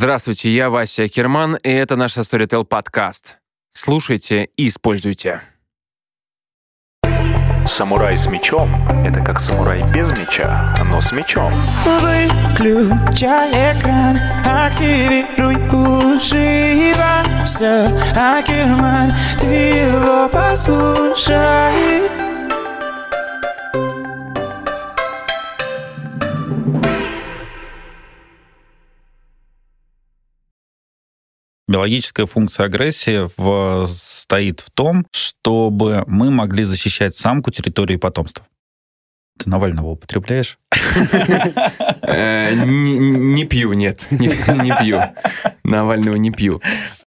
Здравствуйте, я Вася Акерман, и это наш Storytel подкаст. Слушайте и используйте. Самурай с мечом — это как самурай без меча, но с мечом. Выключай экран, активируй уши, Вася Акерман, ты его послушай. Биологическая функция агрессии состоит в том, чтобы мы могли защищать самку территории потомства. Ты Навального употребляешь? Не пью, нет. Не пью. Навального не пью.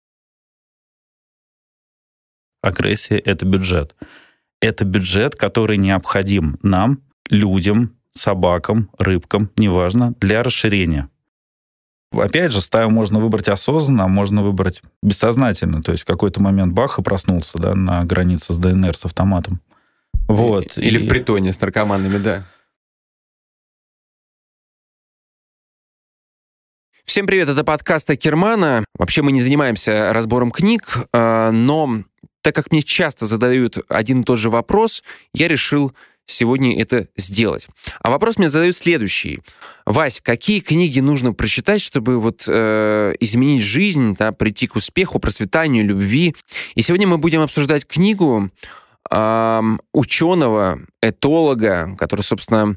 Агрессия — это бюджет. Это бюджет, который необходим нам, людям, собакам, рыбкам, неважно, для расширения. Опять же, стаю можно выбрать осознанно, а можно выбрать бессознательно. То есть в какой-то момент бах и проснулся, да, на границе с ДНР, с автоматом. Вот. Или в притоне с наркоманами, да. Всем привет, это подкаст Акермана. Вообще мы не занимаемся разбором книг, но так как мне часто задают один и тот же вопрос, я решил сегодня это сделать. А вопрос мне задают следующий. Вась, какие книги нужно прочитать, чтобы изменить жизнь, да, прийти к успеху, процветанию, любви? И сегодня мы будем обсуждать книгу ученого, этолога, который, собственно,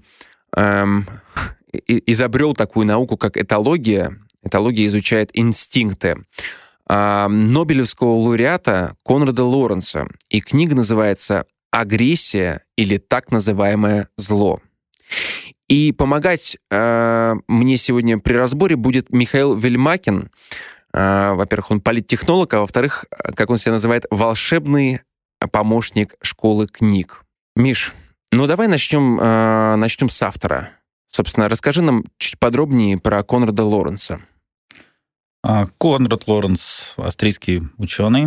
изобрел такую науку, как этология. Этология изучает инстинкты. Нобелевского лауреата Конрада Лоренса. И книга называется «Агрессия или так называемое зло». И помогать мне сегодня при разборе будет Михаил Вельмакин. Во-первых, он политтехнолог, а во-вторых, как он себя называет, волшебный помощник школы книг. Миш, ну давай начнем с автора. Собственно, расскажи нам чуть подробнее про Конрада Лоренса. Конрад Лоренс — австрийский ученый,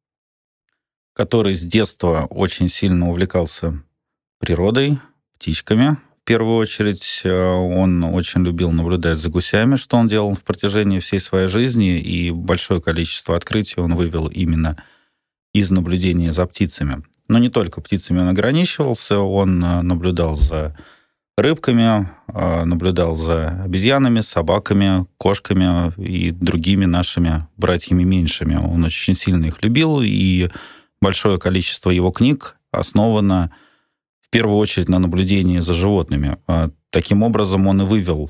который с детства очень сильно увлекался природой, птичками. В первую очередь, он очень любил наблюдать за гусями, что он делал в протяжении всей своей жизни, и большое количество открытий он вывел именно из наблюдения за птицами. Но не только птицами он ограничивался, он наблюдал за рыбками, наблюдал за обезьянами, собаками, кошками и другими нашими братьями меньшими. Он очень сильно их любил, и большое количество его книг основано в первую очередь на наблюдении за животными. Таким образом, он и вывел,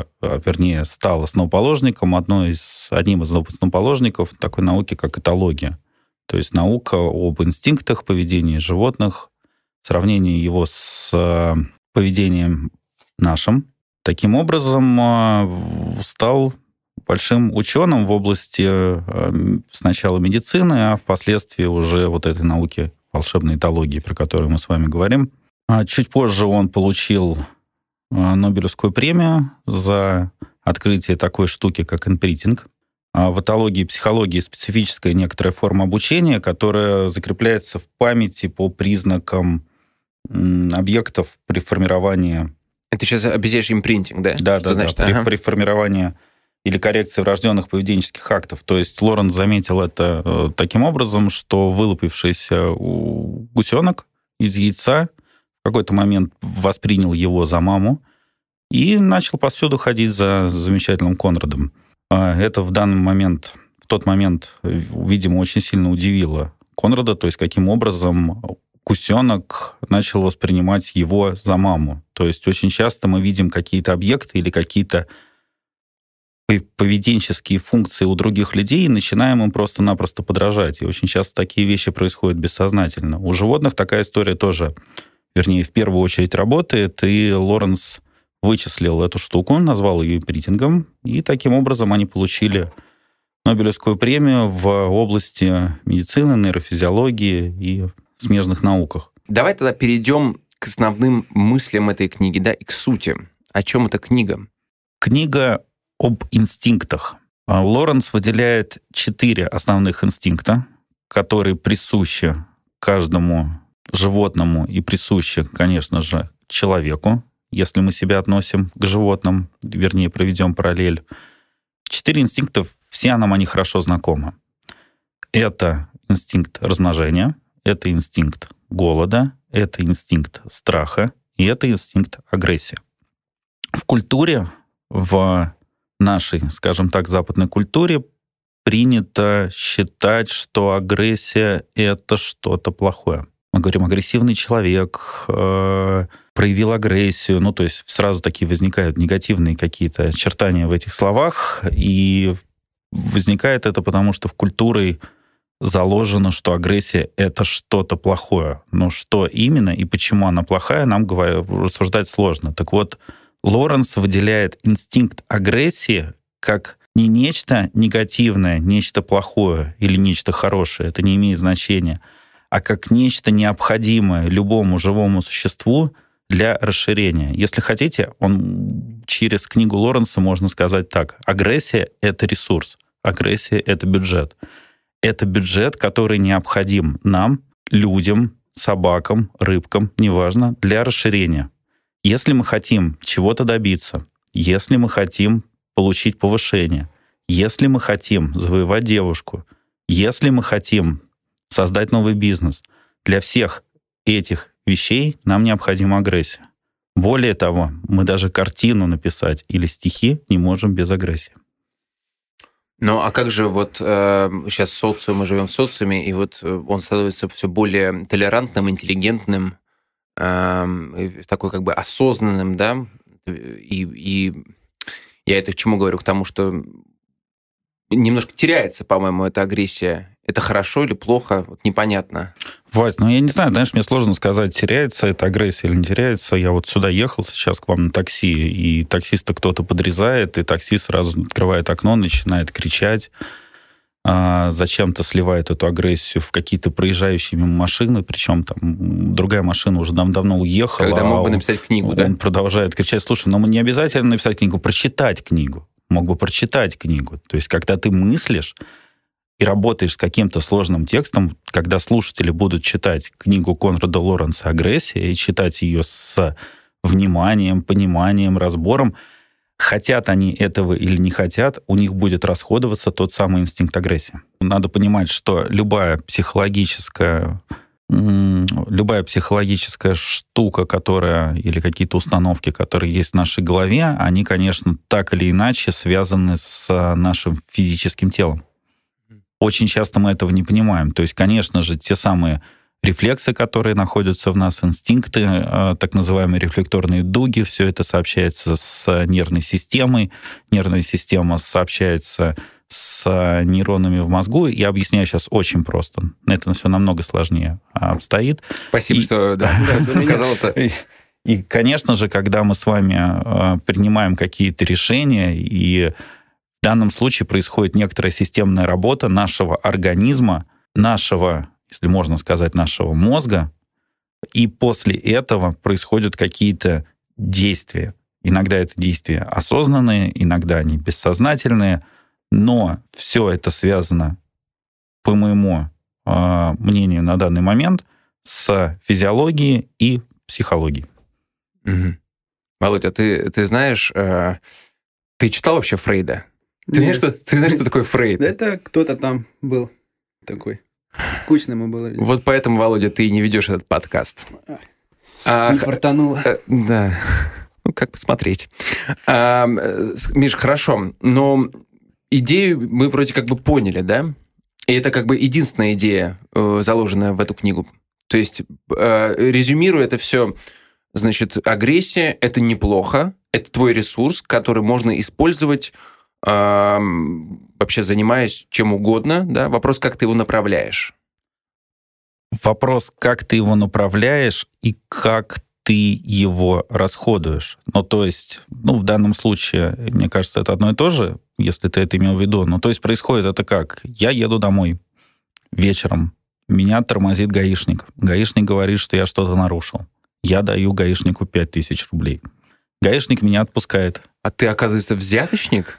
стал основоположником одним из основоположников такой науки, как этология. То есть наука об инстинктах, поведении животных, сравнение его с поведением нашим. Таким образом, стал большим ученым в области сначала медицины, а впоследствии уже вот этой науки волшебной этологии, про которую мы с вами говорим. Чуть позже он получил Нобелевскую премию за открытие такой штуки, как импринтинг. В этологии и психологии специфическая некоторая форма обучения, которая закрепляется в памяти по признакам объектов при формировании... Это сейчас объясняешь импринтинг, да? Да. При формировании или коррекции врожденных поведенческих актов. То есть Лоренс заметил это таким образом, что вылупившийся гусенок из яйца в какой-то момент воспринял его за маму и начал повсюду ходить за замечательным Конрадом. Это в тот момент, видимо, очень сильно удивило Конрада, то есть каким образом гусенок начал воспринимать его за маму. То есть очень часто мы видим какие-то объекты или какие-то поведенческие функции у других людей и начинаем им просто-напросто подражать. И очень часто такие вещи происходят бессознательно. У животных такая история тоже, в первую очередь работает, и Лоренс вычислил эту штуку, назвал ее импринтингом, и таким образом они получили Нобелевскую премию в области медицины, нейрофизиологии и смежных науках. Давай тогда перейдем к основным мыслям этой книги, да, и к сути. О чем эта книга? Книга об инстинктах. Лоренс выделяет 4 основных инстинкта, которые присущи каждому животному и присущи, конечно же, человеку, если мы себя относим к животным, вернее, проведем параллель. 4 инстинкта, все нам они хорошо знакомы. Это инстинкт размножения, это инстинкт голода, это инстинкт страха и это инстинкт агрессии. В культуре, в нашей, скажем так, западной культуре принято считать, что агрессия — это что-то плохое. Мы говорим, агрессивный человек проявил агрессию. Ну, то есть сразу такие возникают негативные какие-то очертания в этих словах. И возникает это потому, что в культуре заложено, что агрессия — это что-то плохое. Но что именно и почему она плохая, нам рассуждать сложно. Так вот, Лоренс выделяет инстинкт агрессии как не нечто негативное, нечто плохое или нечто хорошее, это не имеет значения, а как нечто необходимое любому живому существу для расширения. Если хотите, через книгу Лоренса можно сказать так. Агрессия — это ресурс, агрессия — это бюджет. Это бюджет, который необходим нам, людям, собакам, рыбкам, неважно, для расширения. Если мы хотим чего-то добиться, если мы хотим получить повышение, если мы хотим завоевать девушку, если мы хотим создать новый бизнес, для всех этих вещей нам необходима агрессия. Более того, мы даже картину написать или стихи не можем без агрессии. Ну, а как же вот сейчас мы живем в социуме, и вот он становится все более толерантным, интеллигентным, такой как бы осознанным, да? И я это к чему говорю? К тому, что немножко теряется, по-моему, эта агрессия. Это хорошо или плохо? Вот непонятно. Вась, я не знаю, знаешь, мне сложно сказать, теряется эта агрессия или не теряется. Я вот сюда ехал сейчас к вам на такси, и таксиста кто-то подрезает, и таксист сразу открывает окно, начинает кричать, зачем-то сливает эту агрессию в какие-то проезжающие мимо машины, причем там другая машина уже давно уехала. Когда мог бы написать книгу, да? Он продолжает кричать, слушай, мы не обязательно написать книгу, прочитать книгу. Мог бы прочитать книгу. То есть, когда ты мыслишь и работаешь с каким-то сложным текстом, когда слушатели будут читать книгу Конрада Лоренса «Агрессия» и читать ее с вниманием, пониманием, разбором, хотят они этого или не хотят, у них будет расходоваться тот самый инстинкт агрессии. Надо понимать, что любая психологическая штука, или какие-то установки, которые есть в нашей голове, они, конечно, так или иначе связаны с нашим физическим телом. Очень часто мы этого не понимаем. То есть, конечно же, те самые рефлексы, которые находятся в нас, инстинкты, так называемые рефлекторные дуги, все это сообщается с нервной системой. Нервная система сообщается с нейронами в мозгу. Я объясняю сейчас очень просто. Это все намного сложнее обстоит. Спасибо, что сказал это. И, конечно же, когда мы с вами принимаем какие-то решения, и в данном случае происходит некоторая системная работа нашего организма, нашего, если можно сказать, нашего мозга, и после этого происходят какие-то действия. Иногда это действия осознанные, иногда они бессознательные, но все это связано, по моему мнению на данный момент, с физиологией и психологией. Угу. Володя, ты знаешь, ты читал вообще Фрейда? Ты знаешь, что такое Фрейд? Это кто-то там был такой. Скучно ему было. Вот поэтому, Володя, ты и не ведешь этот подкаст. Не фартануло. Да. Ну, как посмотреть. Миш, хорошо, но идею мы вроде как бы поняли, да? И это как бы единственная идея, заложенная в эту книгу. То есть, резюмируя это все, значит, агрессия – это неплохо, это твой ресурс, который можно использовать, вообще занимаясь чем угодно, да? Вопрос, как ты его направляешь. Вопрос, как ты его направляешь и как ты его расходуешь. Ну, то есть, в данном случае, мне кажется, это одно и то же, если ты это имел в виду. Ну, то есть, происходит это как? Я еду домой вечером, меня тормозит гаишник. Гаишник говорит, что я что-то нарушил. Я даю гаишнику 5000 рублей. Гаишник меня отпускает. А ты, оказывается, взяточник?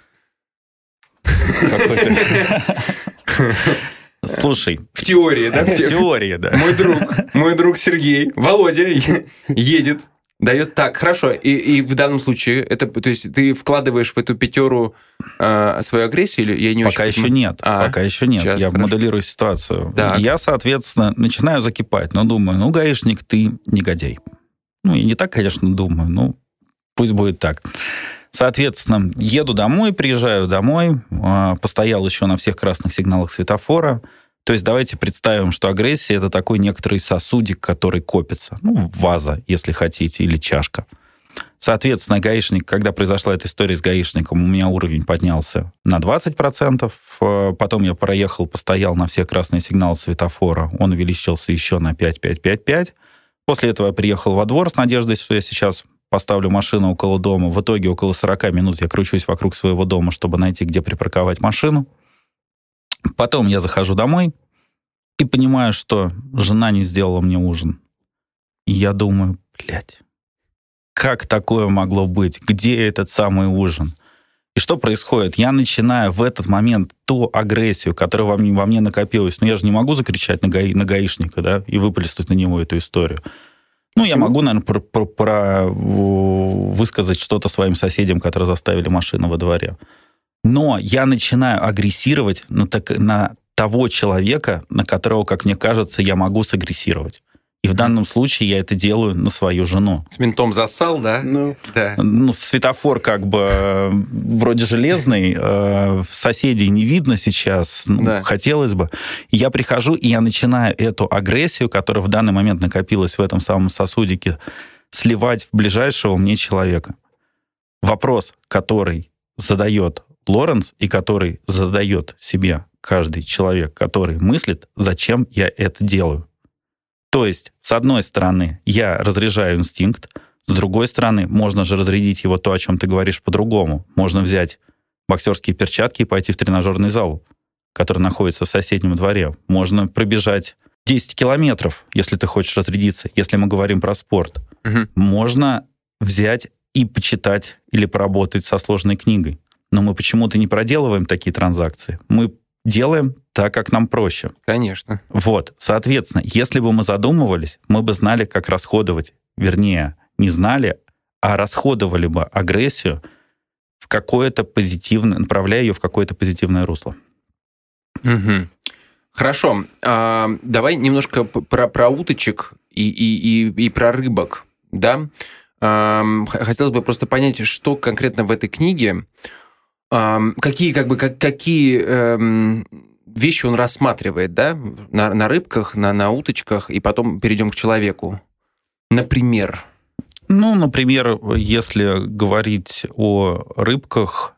Слушай. В теории, да? В теории, да. Мой друг Сергей, Володя, едет Дает так, хорошо. И в данном случае, то есть ты вкладываешь в эту пятеру свою агрессию? Или я не Пока очень еще нет. Пока еще нет. Сейчас, я хорошо. моделирую ситуацию. Так. Я, соответственно, начинаю закипать. Но думаю, гаишник, ты негодяй. Я не так, конечно, думаю, но пусть будет так. Соответственно, еду домой, приезжаю домой, постоял еще на всех красных сигналах светофора. То есть давайте представим, что агрессия — это такой некоторый сосудик, который копится. Ваза, если хотите, или чашка. Соответственно, гаишник, когда произошла эта история с гаишником, у меня уровень поднялся на 20%. Потом я проехал, постоял на все красные сигналы светофора. Он увеличился еще на 5. После этого я приехал во двор с надеждой, что я сейчас поставлю машину около дома. В итоге около 40 минут я кручусь вокруг своего дома, чтобы найти, где припарковать машину. Потом я захожу домой и понимаю, что жена не сделала мне ужин. И я думаю, как такое могло быть? Где этот самый ужин? И что происходит? Я начинаю в этот момент ту агрессию, которая во мне накопилась. Я же не могу закричать на гаишника, да, и выплеснуть на него эту историю. Я могу, наверное, высказать что-то своим соседям, которые заставили машину во дворе. Но я начинаю агрессировать на того человека, на которого, как мне кажется, я могу сагрессировать. И в данном случае я это делаю на свою жену. С ментом зассал, да? Да. Светофор вроде железный, соседей не видно сейчас, хотелось бы. И я прихожу, и я начинаю эту агрессию, которая в данный момент накопилась в этом самом сосудике, сливать в ближайшего мне человека. Вопрос, который задает Лоренс и который задает себе каждый человек, который мыслит, зачем я это делаю. То есть, с одной стороны, я разряжаю инстинкт, с другой стороны, можно же разрядить его то, о чем ты говоришь, по-другому. Можно взять боксерские перчатки и пойти в тренажерный зал, который находится в соседнем дворе. Можно пробежать 10 километров, если ты хочешь разрядиться, если мы говорим про спорт. Угу. Можно взять и почитать или поработать со сложной книгой. Но мы почему-то не проделываем такие транзакции. Мы делаем так, как нам проще. Конечно. Соответственно, если бы мы задумывались, мы бы знали, как расходовать. Вернее, не знали, а расходовали бы агрессию в какое-то позитивное, направляя ее в какое-то позитивное русло. Угу. Хорошо. Давай немножко про уточек и про рыбок. Да? Хотелось бы просто понять, что конкретно в этой книге, какие вещи он рассматривает, да, на рыбках, на уточках, и потом перейдем к человеку. Например? Например, если говорить о рыбках,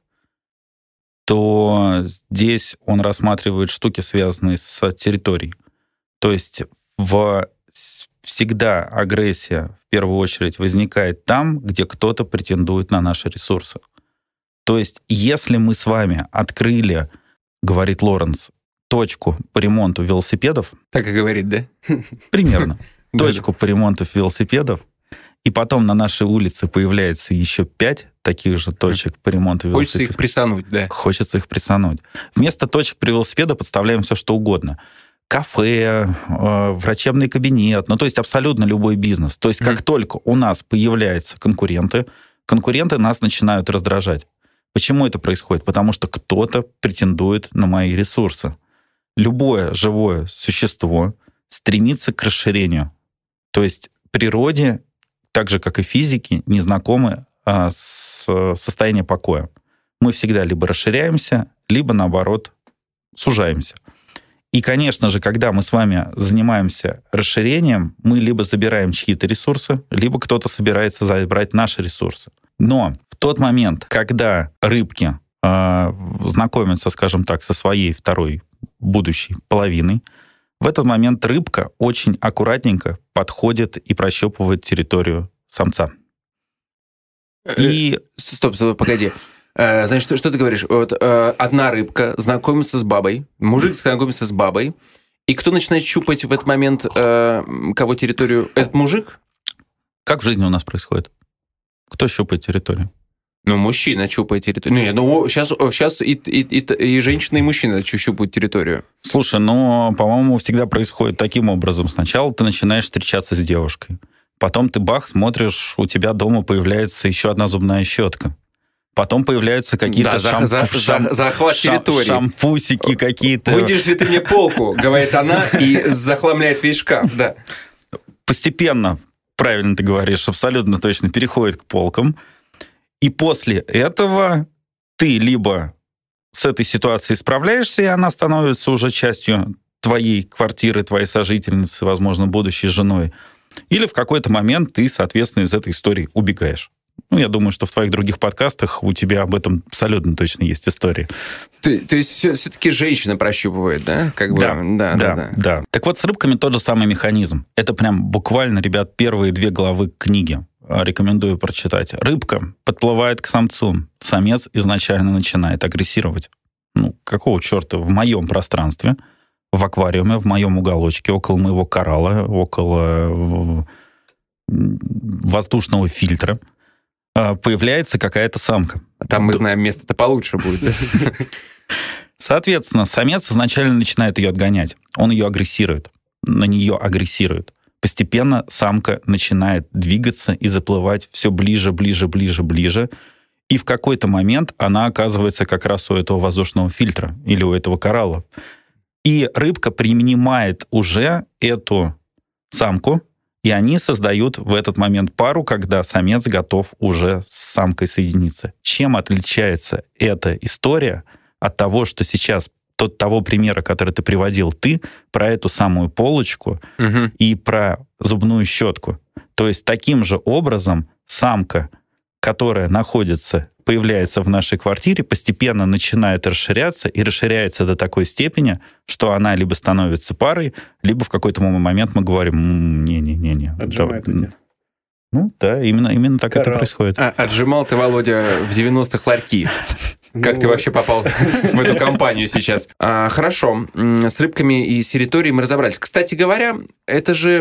то здесь он рассматривает штуки, связанные с территорией. То есть всегда агрессия, в первую очередь, возникает там, где кто-то претендует на наши ресурсы. То есть, если мы с вами открыли, говорит Лоренс, точку по ремонту велосипедов... Так и говорит, да? Примерно. Точку по ремонту велосипедов, и потом на нашей улице появляется еще 5 таких же точек по ремонту велосипедов. Хочется их прессануть, да. Хочется их прессануть. Вместо точек при велосипеде подставляем все, что угодно. Кафе, врачебный кабинет, то есть абсолютно любой бизнес. То есть как только у нас появляются конкуренты нас начинают раздражать. Почему это происходит? Потому что кто-то претендует на мои ресурсы. Любое живое существо стремится к расширению. То есть природе, так же, как и физике, не знакомы с состоянием покоя. Мы всегда либо расширяемся, либо, наоборот, сужаемся. И, конечно же, когда мы с вами занимаемся расширением, мы либо забираем чьи-то ресурсы, либо кто-то собирается забрать наши ресурсы. Но в тот момент, когда рыбки знакомятся, скажем так, со своей второй будущей половиной, в этот момент рыбка очень аккуратненько подходит и прощупывает территорию самца. Стоп, погоди. Значит, что ты говоришь? Одна рыбка знакомится с бабой, мужик знакомится с бабой, и кто начинает щупать в этот момент кого территорию? Этот мужик? Как в жизни у нас происходит? Кто щупает территорию? Мужчина щупает территорию. Сейчас и женщина, и мужчина щупают территорию. Слушай, по-моему, всегда происходит таким образом. Сначала ты начинаешь встречаться с девушкой. Потом ты бах, смотришь, у тебя дома появляется еще одна зубная щетка. Потом появляются какие-то захват территории. Шампусики какие-то. Выдержи ты мне полку, говорит она, и захламляет весь шкаф, да. Постепенно, правильно ты говоришь, абсолютно точно, переходит к полкам. И после этого ты либо с этой ситуацией справляешься, и она становится уже частью твоей квартиры, твоей сожительницы, возможно, будущей женой, или в какой-то момент ты, соответственно, из этой истории убегаешь. Ну, я думаю, что в твоих других подкастах у тебя об этом абсолютно точно есть история. То есть все-таки женщина прощупывает, да? Да. Так вот, с рыбками тот же самый механизм. Это прям буквально, ребят, первые 2 главы книги. Рекомендую прочитать. Рыбка подплывает к самцу. Самец изначально начинает агрессировать. Ну, какого черта? В моем пространстве, в аквариуме, в моем уголочке, около моего коралла, около воздушного фильтра появляется какая-то самка. Там, мы знаем, место-то получше будет. Соответственно, самец изначально начинает ее отгонять. Он ее агрессирует. На нее агрессирует. Постепенно самка начинает двигаться и заплывать все ближе. И в какой-то момент она оказывается как раз у этого воздушного фильтра или у этого коралла. И рыбка принимает уже эту самку, и они создают в этот момент пару, когда самец готов уже с самкой соединиться. Чем отличается эта история от того, что сейчас, того примера, который ты приводил, ты про эту самую полочку и про зубную щетку? То есть таким же образом самка, которая появляется в нашей квартире, постепенно начинает расширяться и расширяется до такой степени, что она либо становится парой, либо в какой-то момент мы говорим, не-не-не. Отжимает у тебя. Ну да, именно так это происходит. Отжимал ты, Володя, в 90-х ларьки. Как ты вообще попал в эту компанию сейчас? Хорошо, с рыбками и с территорией мы разобрались. Кстати говоря, это же,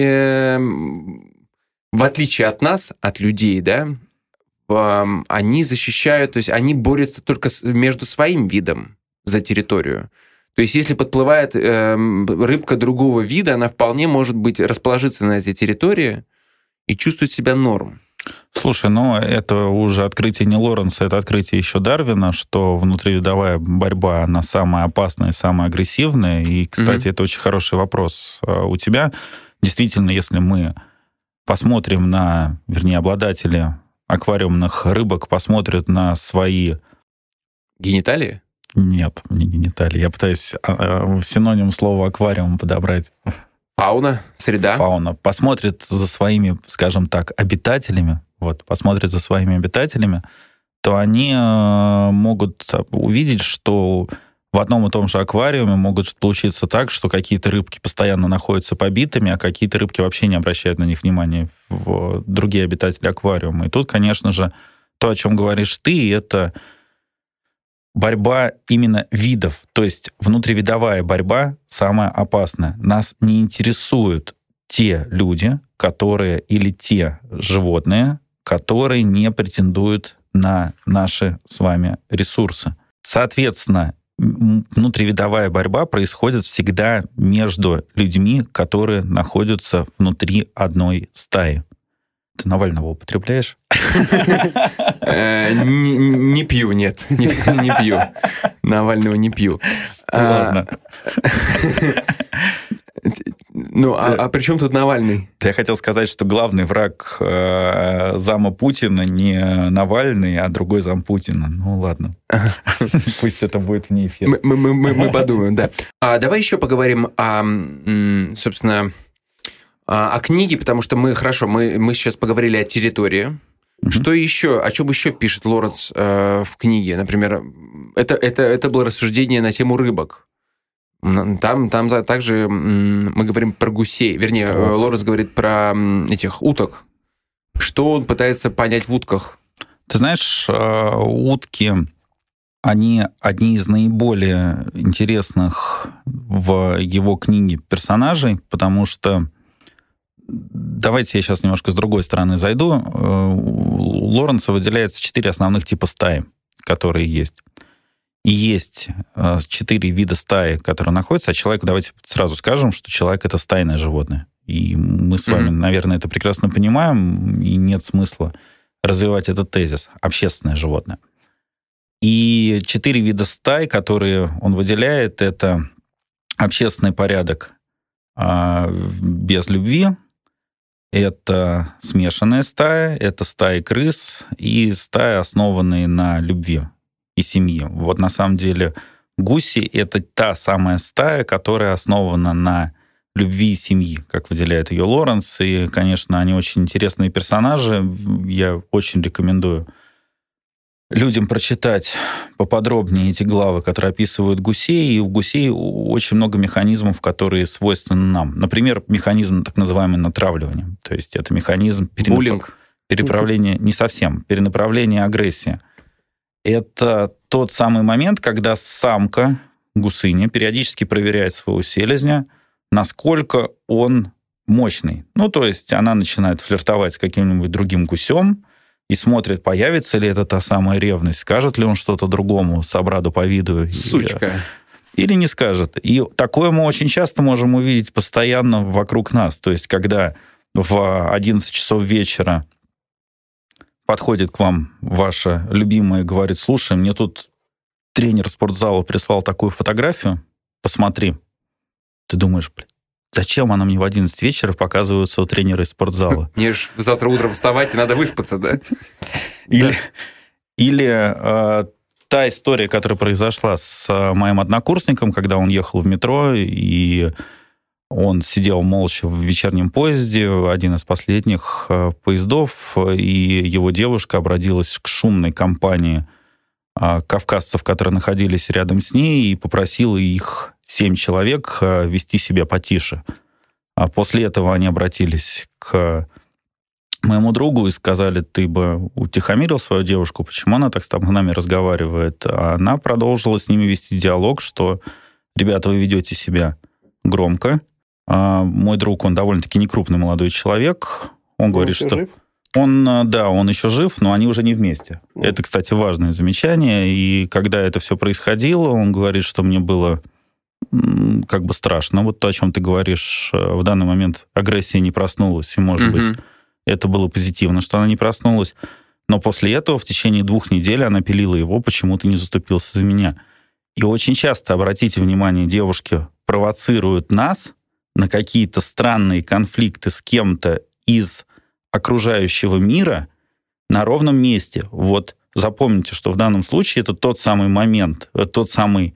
в отличие от нас, от людей, да, они защищают, то есть они борются только между своим видом за территорию. То есть если подплывает рыбка другого вида, она вполне может расположиться на этой территории и чувствовать себя норм. Слушай, это уже открытие не Лоренса, это открытие еще Дарвина, что внутривидовая борьба, она самая опасная, самая агрессивная. И, кстати, это очень хороший вопрос у тебя. Действительно, если мы посмотрим обладатели аквариумных рыбок посмотрят на свои... Гениталии? Нет, не гениталии. Я пытаюсь синоним слова аквариум подобрать. Фауна, среда. Фауна. Посмотрят за своими, скажем так, обитателями, то они могут увидеть, что в одном и том же аквариуме могут получиться так, что какие-то рыбки постоянно находятся побитыми, а какие-то рыбки вообще не обращают на них внимания, другие обитатели аквариума. И тут, конечно же, то, о чем говоришь ты, это борьба именно видов. То есть внутривидовая борьба самая опасная. Нас не интересуют те люди, или те животные, которые не претендуют на наши с вами ресурсы. Соответственно, внутривидовая борьба происходит всегда между людьми, которые находятся внутри одной стаи. Ты Навального употребляешь? Не пью, нет. Не пью. Навального не пью. Ладно. А при чем тут Навальный? Я хотел сказать, что главный враг зама Путина не Навальный, а другой зам Путина. Ну, ладно. Пусть это будет вне эфира. Мы подумаем, да. Давай еще поговорим собственно, о книге, потому что мы сейчас поговорили о территории. Что еще, о чем еще пишет Лоренс в книге? Например, это было рассуждение на тему рыбок. Там также мы говорим про гусей. Вернее, Лоренс говорит про этих уток. Что он пытается понять в утках? Ты знаешь, утки, они одни из наиболее интересных в его книге персонажей, потому что давайте я сейчас немножко с другой стороны зайду. У Лоренса выделяется 4 основных типа стаи, которые есть. И есть 4 вида стаи, которые находятся, а человек, давайте сразу скажем, что человек — это стайное животное. И мы с вами, наверное, это прекрасно понимаем, и нет смысла развивать этот тезис. Общественное животное. И 4 вида стай, которые он выделяет, это общественный порядок без любви, это смешанная стая, это стаи крыс и стаи, основанные на любви и семье. Вот на самом деле гуси — это та самая стая, которая основана на любви и семьи, как выделяет ее Лоренс. И, конечно, они очень интересные персонажи. Я очень рекомендую людям прочитать поподробнее эти главы, которые описывают гусей. И у гусей очень много механизмов, которые свойственны нам. Например, механизм так называемый натравливания. То есть это механизм переправления, не совсем, перенаправления агрессии. Это тот самый момент, когда самка гусыня периодически проверяет своего селезня, насколько он мощный. Ну, то есть она начинает флиртовать с каким-нибудь другим гусем и смотрит, появится ли это та самая ревность, скажет ли он что-то другому, собраду по виду. Сучка. Или не скажет. И такое мы очень часто можем увидеть постоянно вокруг нас. То есть когда в 11 часов вечера подходит к вам ваша любимая и говорит: слушай, мне тут тренер спортзала прислал такую фотографию, посмотри. Ты думаешь, зачем она мне в 11 вечера показывается у тренера из спортзала? Мне же завтра утром вставать, и надо выспаться, да? Или та история, которая произошла с моим однокурсником, когда он ехал в метро, и он сидел молча в вечернем поезде, один из последних поездов, и его девушка обратилась к шумной компании кавказцев, которые находились рядом с ней, и попросила их 7 человек вести себя потише. А после этого они обратились к моему другу и сказали: ты бы утихомирил свою девушку, почему она так с нами разговаривает? А она продолжила с ними вести диалог, что: ребята, вы ведете себя громко. А мой друг, он довольно-таки некрупный молодой человек. Он говорит, что... Жив? Он еще жив, но они уже не вместе. Это, кстати, важное замечание. И когда это все происходило, он говорит, что мне было как бы страшно. Вот то, о чем ты говоришь, в данный момент агрессия не проснулась. И, может быть, это было позитивно, что она не проснулась. Но после этого в течение 2 недель она пилила его: почему ты не заступился за меня. И очень часто, обратите внимание, девушки провоцируют нас на какие-то странные конфликты с кем-то из окружающего мира на ровном месте. Вот запомните, что в данном случае это тот самый момент, тот самый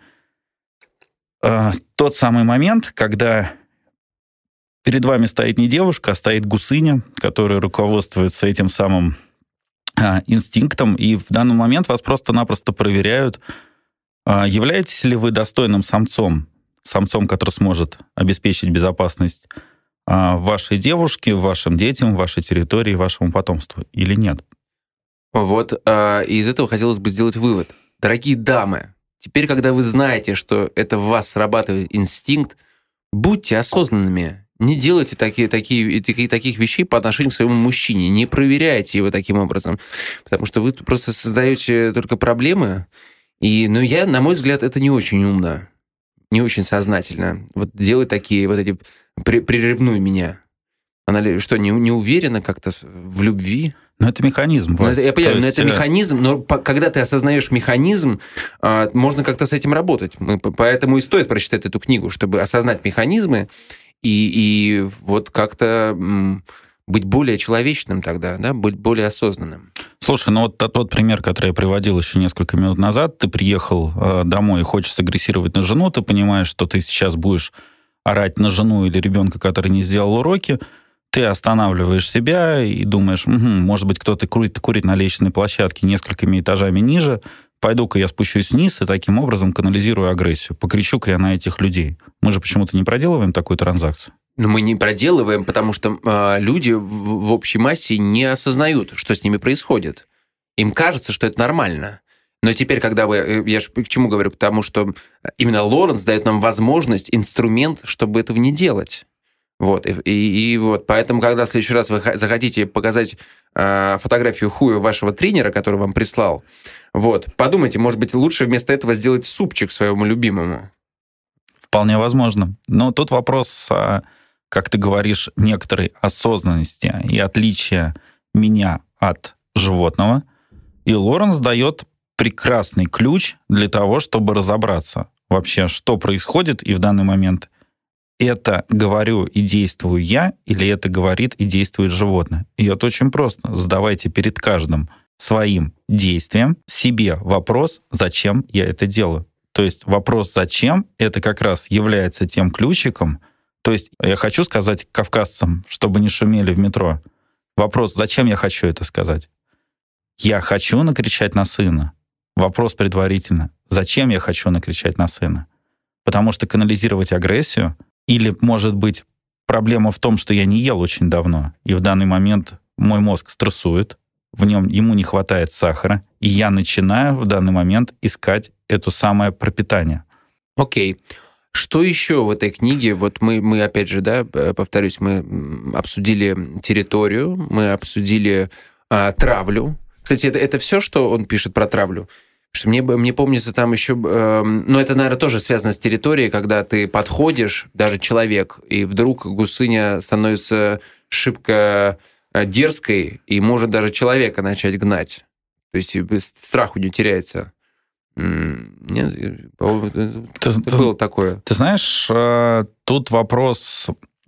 момент, когда перед вами стоит не девушка, а стоит гусыня, которая руководствуется этим самым инстинктом, и в данный момент вас просто-напросто проверяют, являетесь ли вы достойным самцом, который сможет обеспечить безопасность вашей девушке, вашим детям, вашей территории, вашему потомству, или нет. Вот из этого хотелось бы сделать вывод. Дорогие дамы, теперь, когда вы знаете, что это в вас срабатывает инстинкт, будьте осознанными. Не делайте таких вещей по отношению к своему мужчине. Не проверяйте его таким образом. Потому что вы просто создаете только проблемы. И, на мой взгляд, это не очень умно. Не очень сознательно. Вот делай такие вот эти... Приревнуй меня. Она что, не уверена как-то в любви? Но это механизм. Я понимаю, но это механизм, но когда ты осознаешь механизм, можно как-то с этим работать. Поэтому и стоит прочитать эту книгу, чтобы осознать механизмы и вот как-то быть более человечным тогда, да, быть более осознанным. Слушай, вот тот пример, который я приводил еще несколько минут назад, ты приехал домой и хочешь агрессировать на жену, ты понимаешь, что ты сейчас будешь орать на жену или ребенка, который не сделал уроки, ты останавливаешь себя и думаешь: может быть, кто-то курит на лестничной площадке несколькими этажами ниже, пойду-ка я спущусь вниз и таким образом канализирую агрессию. Покричу-ка я на этих людей. Мы же почему-то не проделываем такую транзакцию. Но мы не проделываем, потому что люди в общей массе не осознают, что с ними происходит. Им кажется, что это нормально. Но теперь, когда я же к чему говорю? К тому, что именно Лоренс дает нам возможность, инструмент, чтобы этого не делать. Вот. И вот поэтому, когда в следующий раз вы захотите показать фотографию хуя вашего тренера, который вам прислал, вот, подумайте, может быть, лучше вместо этого сделать супчик своему любимому. Вполне возможно. Но тут вопрос как ты говоришь, некоторой осознанности и отличия меня от животного. И Лоренс дает прекрасный ключ для того, чтобы разобраться вообще, что происходит, и в данный момент это говорю и действую я, или это говорит и действует животное. И это очень просто. Задавайте перед каждым своим действием себе вопрос, зачем я это делаю. То есть вопрос «зачем» — это как раз является тем ключиком. То есть я хочу сказать кавказцам, чтобы не шумели в метро. Вопрос «зачем я хочу это сказать?» Я хочу накричать на сына. Вопрос предварительно. Зачем я хочу накричать на сына? Потому что канализировать агрессию, или, может быть, проблема в том, что я не ел очень давно, и в данный момент мой мозг стрессует, ему не хватает сахара, и я начинаю в данный момент искать это самое пропитание. Окей. Что еще в этой книге? Вот мы опять же, да, повторюсь, мы обсудили территорию, мы обсудили травлю. Кстати, это все, что он пишет про травлю? Потому что мне помнится там еще... Ну, это, наверное, тоже связано с территорией, когда ты подходишь, даже человек, и вдруг гусыня становится шибко дерзкой и может даже человека начать гнать. То есть страх у нее теряется. Нет, было такое. Ты знаешь, тут вопрос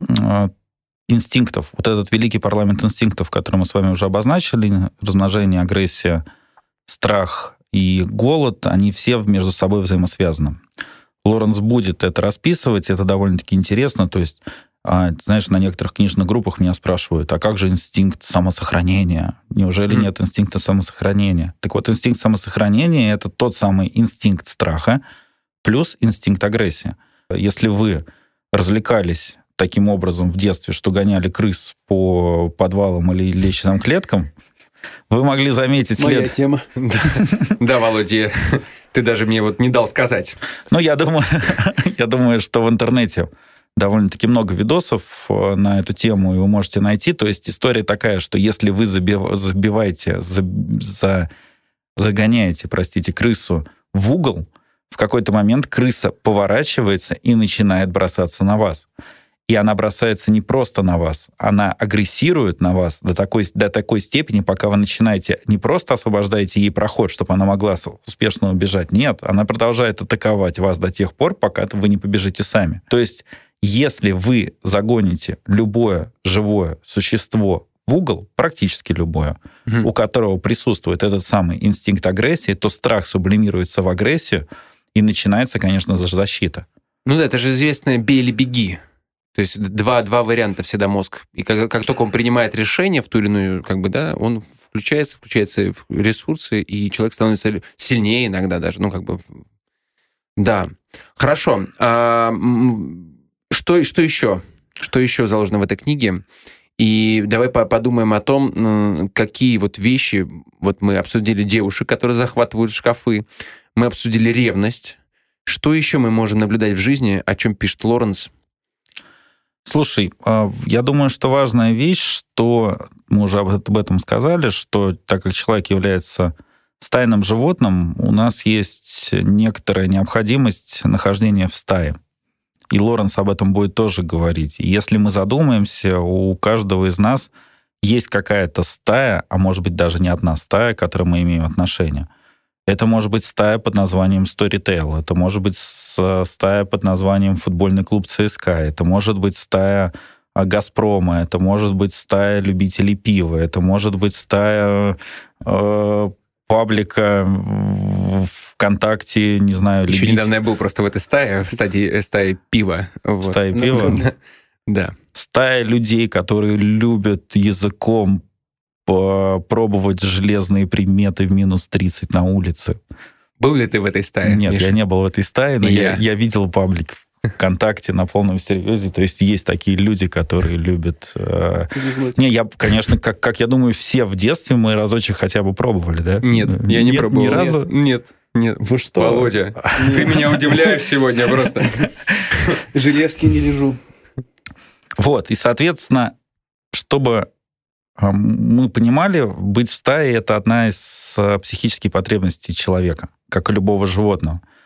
инстинктов. Вот этот великий парламент инстинктов, который мы с вами уже обозначили, размножение, агрессия, страх и голод, они все между собой взаимосвязаны. Лоренс будет это расписывать, это довольно-таки интересно. То есть, знаешь, на некоторых книжных группах меня спрашивают, а как же инстинкт самосохранения? Неужели нет инстинкта самосохранения? Так вот, инстинкт самосохранения — это тот самый инстинкт страха плюс инстинкт агрессии. Если вы развлекались таким образом в детстве, что гоняли крыс по подвалам или лестничным клеткам, вы могли заметить Моя тема. Да, Володя, ты даже мне вот не дал сказать. Ну, я думаю, что в интернете довольно-таки много видосов на эту тему, и вы можете найти. То есть история такая, что если вы загоняете, крысу в угол, в какой-то момент крыса поворачивается и начинает бросаться на вас. И она бросается не просто на вас, она агрессирует на вас до такой степени, пока вы начинаете не просто освобождаете ей проход, чтобы она могла успешно убежать. Нет, она продолжает атаковать вас до тех пор, пока вы не побежите сами. То есть, если вы загоните любое живое существо в угол, практически любое, у которого присутствует этот самый инстинкт агрессии, то страх сублимируется в агрессию, и начинается, конечно же, защита. Ну да, это же известное «бей или беги». То есть два варианта всегда мозг. И как только он принимает решение в ту или иную, он включается в ресурсы, и человек становится сильнее иногда даже. Да. Хорошо. Что еще? Что еще заложено в этой книге? И давай подумаем о том, какие вот вещи... Вот мы обсудили девушек, которые захватывают шкафы. Мы обсудили ревность. Что еще мы можем наблюдать в жизни, о чем пишет Лоренс? Слушай, я думаю, что важная вещь, что мы уже об этом сказали, что так как человек является стайным животным, у нас есть некоторая необходимость нахождения в стае. И Лоренс об этом будет тоже говорить. И если мы задумаемся, у каждого из нас есть какая-то стая, а может быть даже не одна стая, к которой мы имеем отношение. Это может быть стая под названием Storytel, это может быть стая под названием футбольный клуб ЦСКА, это может быть стая Газпрома, это может быть стая любителей пива, это может быть стая паблика ВКонтакте, не знаю... Еще недавно я был просто в этой стае, в стае пива. Стая пива? Да. Стая людей, которые любят языком попробовать железные предметы в минус 30 на улице. Был ли ты в этой стае? Нет, Миша? Я не был в этой стае, но я видел паблик ВКонтакте на полном серьезе. То есть есть такие люди, которые любят... Не, я, конечно, как я думаю, все в детстве мы разочек хотя бы пробовали, да? Нет, я не пробовал. Ни разу? Нет. Вы что? Володя, ты меня удивляешь сегодня просто. Железки не лежу. Вот, и, соответственно, чтобы мы понимали, быть в стае — это одна из психических потребностей человека, как и любого животного.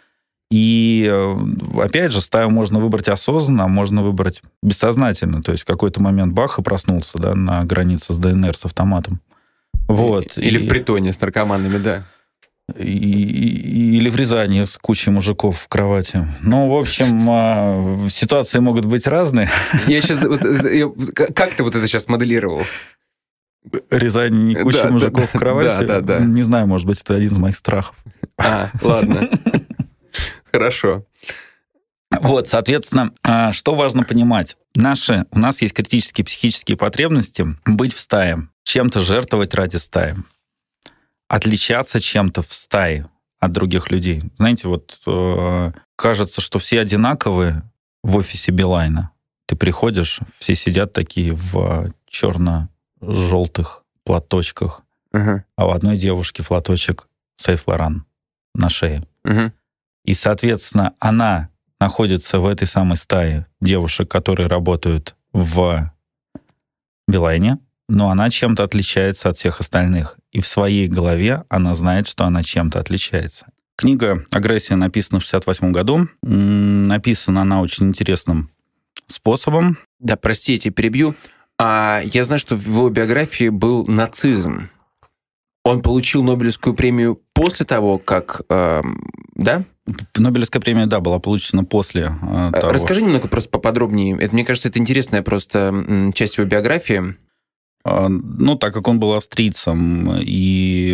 И, опять же, стаю можно выбрать осознанно, а можно выбрать бессознательно. То есть в какой-то момент бах и проснулся, да, на границе с ДНР, с автоматом. Вот. Или в притоне с наркоманами, да. Или в Рязани с кучей мужиков в кровати. Ну, в общем, ситуации могут быть разные. Как ты вот это сейчас моделировал? Рязань не куча мужиков в кровати? Да. Не знаю, может быть, это один из моих страхов. Ладно. Хорошо. Вот, соответственно, что важно понимать? У нас есть критические психические потребности быть в стае, чем-то жертвовать ради стаи, отличаться чем-то в стае от других людей. Знаете, вот кажется, что все одинаковые в офисе Билайна. Ты приходишь, все сидят такие в черно-желтых платочках, а у одной девушки платочек Saint Laurent на шее. И, соответственно, она находится в этой самой стае девушек, которые работают в Билайне, но она чем-то отличается от всех остальных. И в своей голове она знает, что она чем-то отличается. Книга «Агрессия» написана в 1968 году. Написана она очень интересным способом. Да, простите, перебью. Я знаю, что в его биографии был нацизм. Он получил Нобелевскую премию после того, как... да? Нобелевская премия, да, была получена после того. Расскажи немного просто поподробнее. Мне кажется, это интересная просто часть его биографии. Ну, так как он был австрийцем, и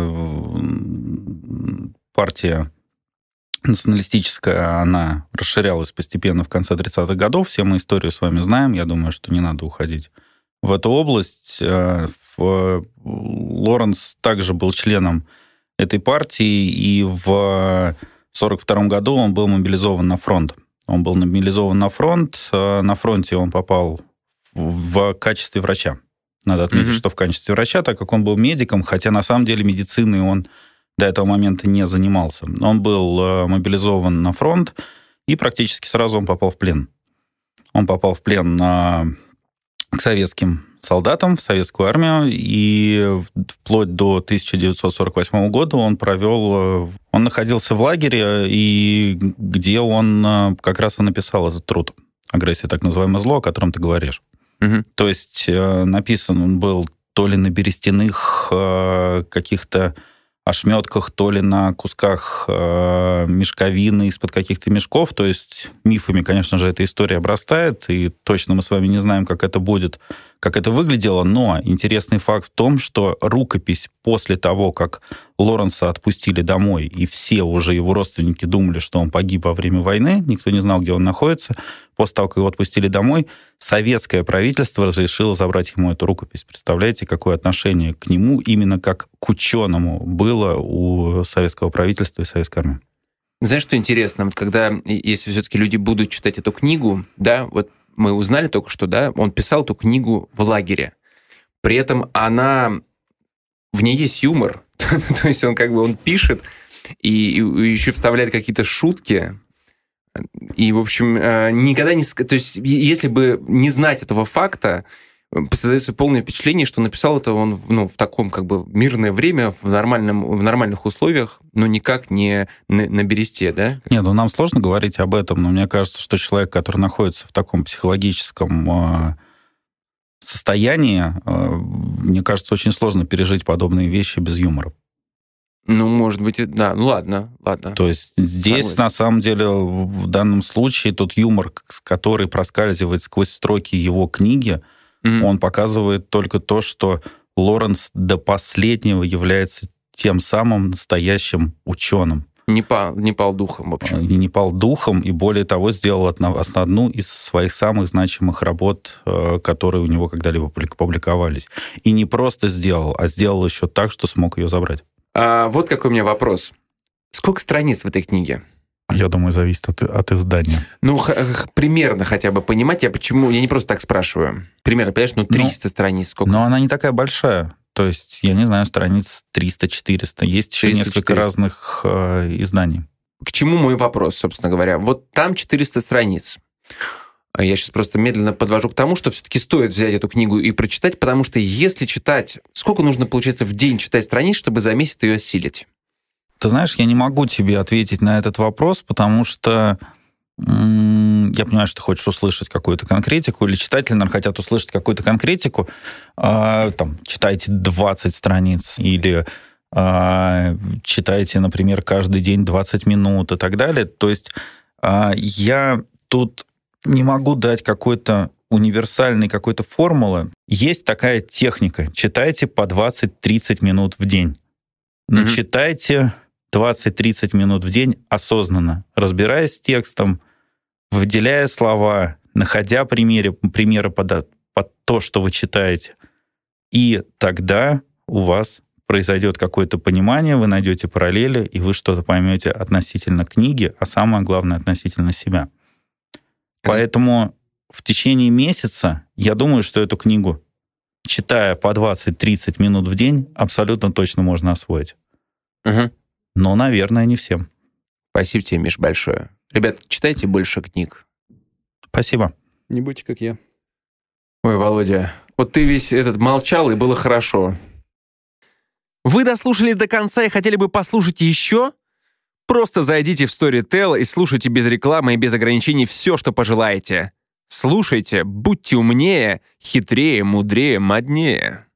партия националистическая, она расширялась постепенно в конце 30-х годов. Все мы историю с вами знаем. Я думаю, что не надо уходить в эту область. Лоренс также был членом этой партии, и в 1942 году он был мобилизован на фронт. Он был мобилизован на фронт. На фронте он попал в качестве врача. Надо отметить, что в качестве врача, так как он был медиком, хотя на самом деле медициной он до этого момента не занимался. Он был мобилизован на фронт, и практически сразу он попал в плен. Он попал в плен к советским солдатам, в советскую армию, и вплоть до 1948 года он находился в лагере, и где он как раз и написал этот труд «Агрессия, так называемое зло», о котором ты говоришь. То есть написан он был то ли на берестяных каких-то ошметках, то ли на кусках мешковины из-под каких-то мешков. То есть мифами, конечно же, эта история обрастает, и точно мы с вами не знаем, как это будет, как это выглядело, но интересный факт в том, что рукопись после того, как Лоренса отпустили домой, и все уже его родственники думали, что он погиб во время войны, никто не знал, где он находится, после того, как его отпустили домой, советское правительство разрешило забрать ему эту рукопись. Представляете, какое отношение к нему именно как к ученому было у советского правительства и советской армии? Знаешь, что интересно? Вот когда, если все-таки люди будут читать эту книгу, да, вот мы узнали только что, да, он писал эту книгу в лагере. При этом в ней есть юмор. То есть он пишет и еще вставляет какие-то шутки. И, в общем, никогда не... То есть, если бы не знать этого факта, создается полное впечатление, что написал это он в таком мирное время, в нормальных условиях, но никак не на бересте, да? Нет, нам сложно говорить об этом, но мне кажется, что человек, который находится в таком психологическом состоянии, мне кажется, очень сложно пережить подобные вещи без юмора. Ну, может быть, да. Ну, ладно. То есть здесь, согласен, на самом деле, в данном случае, тот юмор, который проскальзывает сквозь строки его книги, он показывает только то, что Лоренс до последнего является тем самым настоящим ученым. Не пал духом, в общем. Не пал духом, и более того, сделал одну из своих самых значимых работ, которые у него когда-либо публиковались. И не просто сделал, а сделал еще так, что смог ее забрать. Вот какой у меня вопрос. Сколько страниц в этой книге? Я думаю, зависит от издания. Ну, примерно хотя бы понимать. Я не просто так спрашиваю. Примерно, понимаешь, 300 страниц. Сколько? Но она не такая большая. То есть, я не знаю, страниц 300-400. Есть еще несколько разных изданий. К чему мой вопрос, собственно говоря? Вот там 400 страниц. Я сейчас просто медленно подвожу к тому, что все-таки стоит взять эту книгу и прочитать, потому что если читать... Сколько нужно, получается, в день читать страниц, чтобы за месяц ее осилить? Ты знаешь, я не могу тебе ответить на этот вопрос, потому что я понимаю, что ты хочешь услышать какую-то конкретику, или читатели, наверное, хотят услышать какую-то конкретику. Там, читайте 20 страниц, или читайте, например, каждый день 20 минут и так далее. То есть я тут не могу дать какой-то универсальной какой-то формулы. Есть такая техника. Читайте по 20-30 минут в день. Но читайте 20-30 минут в день осознанно, разбираясь с текстом, выделяя слова, находя примеры под то, что вы читаете. И тогда у вас произойдет какое-то понимание, вы найдете параллели, и вы что-то поймете относительно книги, а самое главное, относительно себя. Поэтому в течение месяца, я думаю, что эту книгу, читая по 20-30 минут в день, абсолютно точно можно освоить. Но, наверное, не всем. Спасибо тебе, Миш, большое. Ребят, читайте больше книг. Спасибо. Не будьте как я. Ой, Володя, вот ты весь этот молчал, и было хорошо. Вы дослушали до конца и хотели бы послушать еще? Просто зайдите в Storytel и слушайте без рекламы и без ограничений все, что пожелаете. Слушайте, будьте умнее, хитрее, мудрее, моднее.